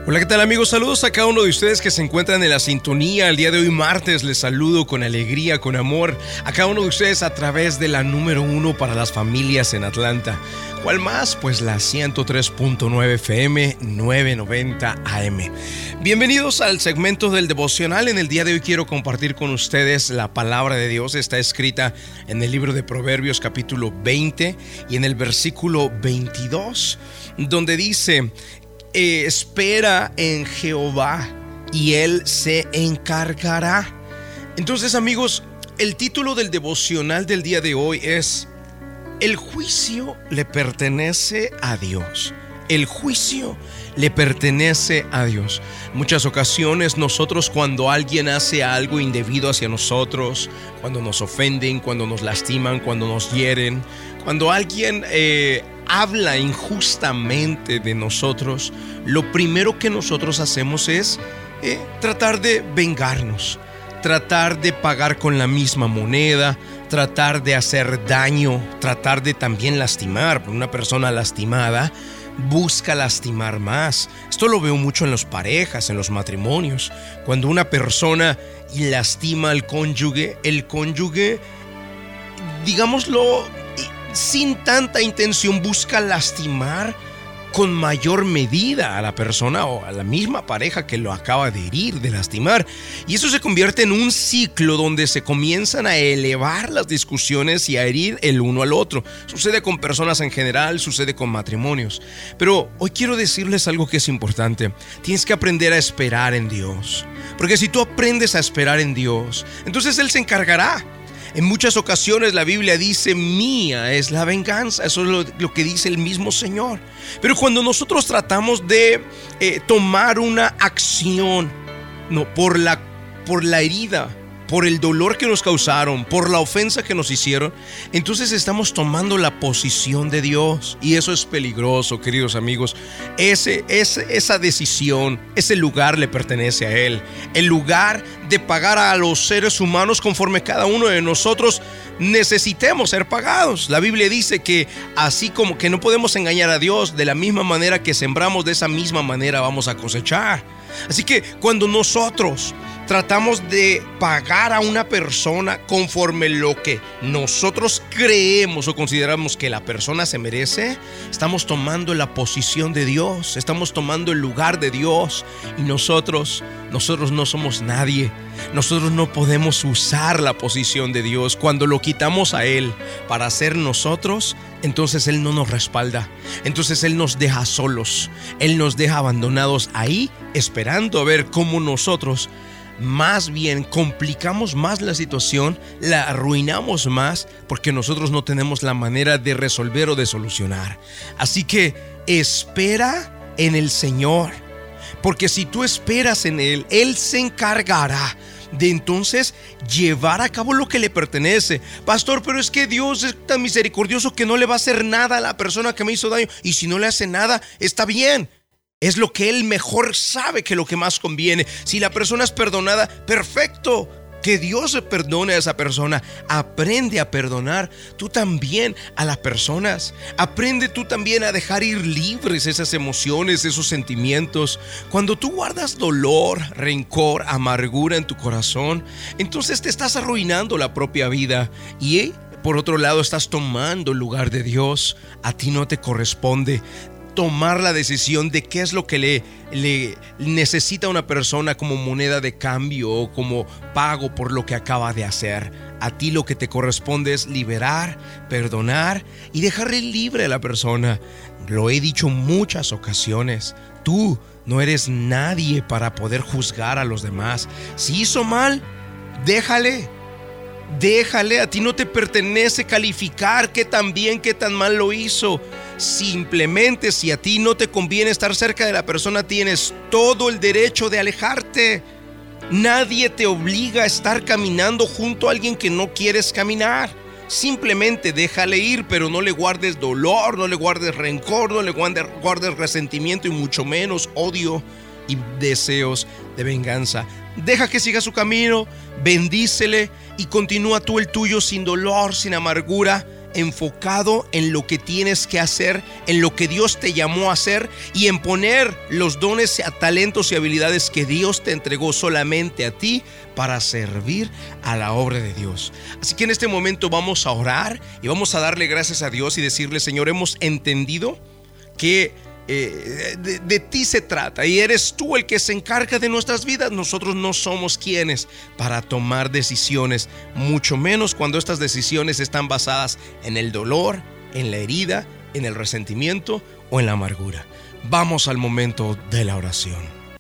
Hola, ¿qué tal, amigos? Saludos a cada uno de ustedes que se encuentran en la sintonía. El día de hoy, martes, les saludo con alegría, con amor a cada uno de ustedes a través de la número 1 para las familias en Atlanta. ¿Cuál más? Pues la 103.9 FM 990 AM. Bienvenidos al segmento del devocional. En el día de hoy quiero compartir con ustedes la palabra de Dios. Está escrita en el libro de Proverbios capítulo 20 y en el versículo 22, donde dice: espera en Jehová y Él se encargará. Entonces, amigos, el título del devocional del día de hoy es: el juicio le pertenece a Dios. El juicio le pertenece a Dios. En muchas ocasiones nosotros, cuando alguien hace algo indebido hacia nosotros, cuando nos ofenden, cuando nos lastiman, cuando nos hieren, cuando alguien habla injustamente de nosotros, lo primero que nosotros hacemos es tratar de vengarnos, tratar de pagar con la misma moneda, tratar de hacer daño, tratar de también lastimar. Una persona lastimada busca lastimar más. Esto lo veo mucho en las parejas, en los matrimonios. Cuando una persona lastima al cónyuge, el cónyuge, digámoslo, sin tanta intención, busca lastimar con mayor medida a la persona o a la misma pareja que lo acaba de herir, de lastimar. Y eso se convierte en un ciclo donde se comienzan a elevar las discusiones y a herir el uno al otro. Sucede con personas en general, sucede con matrimonios. Pero hoy quiero decirles algo que es importante. Tienes que aprender a esperar en Dios. Porque si tú aprendes a esperar en Dios, entonces Él se encargará. En muchas ocasiones la Biblia dice: mía es la venganza. Eso es lo que dice el mismo Señor. Pero cuando nosotros tratamos de tomar una acción, por la herida, por el dolor que nos causaron, por la ofensa que nos hicieron, entonces estamos tomando la posición de Dios. Y eso es peligroso, queridos amigos. Esa decisión, ese lugar le pertenece a Él. El lugar de pagar a los seres humanos conforme cada uno de nosotros necesitemos ser pagados. La Biblia dice que así como que no podemos engañar a Dios, de la misma manera que sembramos, de esa misma manera vamos a cosechar. Así que cuando nosotros tratamos de pagar a una persona conforme lo que nosotros creemos o consideramos que la persona se merece, estamos tomando la posición de Dios, estamos tomando el lugar de Dios. Y nosotros no somos nadie. Nosotros no podemos usar la posición de Dios. Cuando lo quitamos a Él para ser nosotros, entonces Él no nos respalda. Entonces Él nos deja solos. Él nos deja abandonados ahí, esperando a ver cómo nosotros más bien complicamos más la situación, la arruinamos más, porque nosotros no tenemos la manera de resolver o de solucionar. Así que espera en el Señor, porque si tú esperas en Él, Él se encargará de entonces llevar a cabo lo que le pertenece. Pastor, pero es que Dios es tan misericordioso que no le va a hacer nada a la persona que me hizo daño. Y si no le hace nada, está bien. Es lo que Él mejor sabe, que lo que más conviene. Si la persona es perdonada, perfecto. Que Dios se perdone a esa persona. Aprende a perdonar tú también a las personas. Aprende tú también a dejar ir libres esas emociones, esos sentimientos. Cuando tú guardas dolor, rencor, amargura en tu corazón, entonces te estás arruinando la propia vida. Y por otro lado, estás tomando el lugar de Dios. A ti no te corresponde tomar la decisión de qué es lo que le necesita una persona como moneda de cambio o como pago por lo que acaba de hacer. A ti lo que te corresponde es liberar, perdonar y dejarle libre a la persona. Lo he dicho en muchas ocasiones. Tú no eres nadie para poder juzgar a los demás. Si hizo mal, déjale, a ti no te pertenece calificar qué tan bien, qué tan mal lo hizo. Simplemente, si a ti no te conviene estar cerca de la persona, tienes todo el derecho de alejarte. Nadie te obliga a estar caminando junto a alguien que no quieres caminar. Simplemente déjale ir, pero no le guardes dolor, no le guardes rencor, no le guardes resentimiento y mucho menos odio y deseos de venganza. Deja que siga su camino, bendícele y continúa tú el tuyo sin dolor, sin amargura. enfocado en lo que tienes que hacer, en lo que Dios te llamó a hacer y en poner los dones, talentos y habilidades que Dios te entregó solamente a ti para servir a la obra de Dios. Así que en este momento vamos a orar y vamos a darle gracias a Dios y decirle: Señor, hemos entendido que de ti se trata y eres tú el que se encarga de nuestras vidas. Nosotros no somos quienes para tomar decisiones, mucho menos cuando estas decisiones están basadas en el dolor, en la herida, en el resentimiento o en la amargura. Vamos al momento de la oración.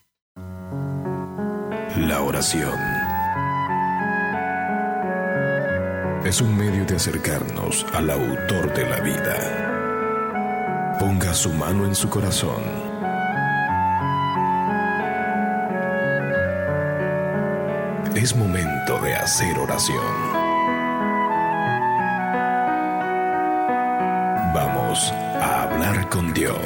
La oración es un medio de acercarnos al autor de la vida. Ponga su mano en su corazón. Es momento de hacer oración. Vamos a hablar con Dios.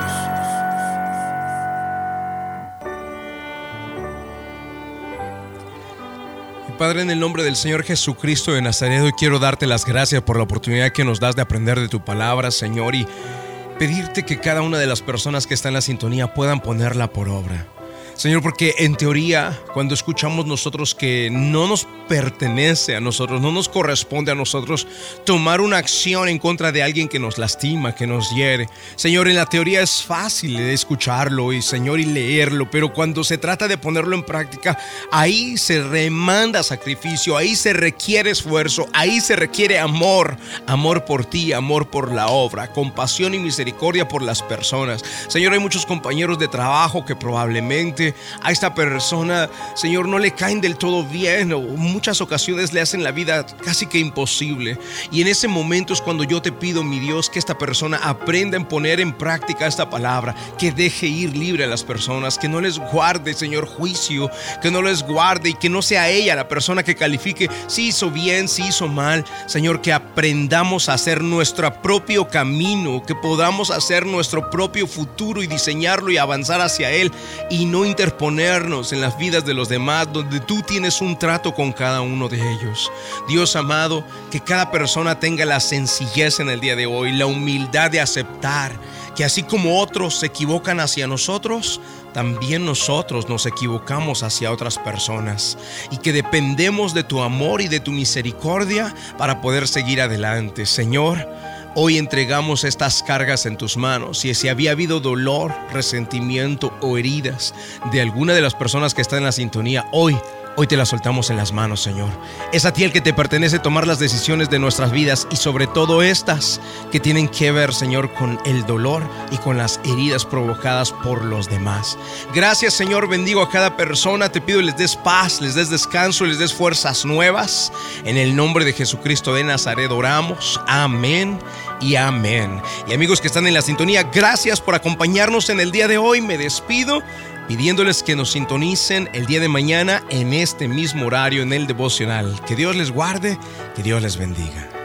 Padre, en el nombre del Señor Jesucristo de Nazaret, hoy quiero darte las gracias por la oportunidad que nos das de aprender de tu palabra, Señor, y pedirte que cada una de las personas que están en la sintonía puedan ponerla por obra. Señor, porque en teoría, cuando escuchamos nosotros que no nos pertenece a nosotros, no nos corresponde a nosotros tomar una acción en contra de alguien que nos lastima, que nos hiere, Señor, en la teoría es fácil escucharlo y, Señor, y leerlo, pero cuando se trata de ponerlo en práctica, ahí se demanda sacrificio, ahí se requiere esfuerzo, ahí se requiere amor por ti, amor por la obra, compasión y misericordia por las personas. Señor, hay muchos compañeros de trabajo que probablemente a esta persona, Señor, no le caen del todo bien, o muchas ocasiones le hacen la vida casi que imposible, y en ese momento es cuando yo te pido, mi Dios, que esta persona aprenda a poner en práctica esta palabra, que deje ir libre a las personas, que no les guarde, Señor, juicio, que no les guarde y que no sea ella la persona que califique si hizo bien, si hizo mal. Señor, que aprendamos a hacer nuestro propio camino, que podamos hacer nuestro propio futuro y diseñarlo y avanzar hacia él, y no interponernos en las vidas de los demás, donde tú tienes un trato con cada uno de ellos. Dios amado, que cada persona tenga la sencillez en el día de hoy, la humildad de aceptar que así como otros se equivocan hacia nosotros, también nosotros nos equivocamos hacia otras personas, y que dependemos de tu amor y de tu misericordia para poder seguir adelante. Señor, hoy entregamos estas cargas en tus manos, y si había habido dolor, resentimiento o heridas de alguna de las personas que están en la sintonía, hoy te las soltamos en las manos, Señor. Es a ti el que te pertenece tomar las decisiones de nuestras vidas, y sobre todo estas que tienen que ver, Señor, con el dolor y con las heridas provocadas por los demás. Gracias, Señor, bendigo a cada persona, te pido les des paz, les des descanso, les des fuerzas nuevas. En el nombre de Jesucristo de Nazaret oramos, amén y amén. Y amigos que están en la sintonía, gracias por acompañarnos en el día de hoy. Me despido pidiéndoles que nos sintonicen el día de mañana en este mismo horario en el devocional. Que Dios les guarde, que Dios les bendiga.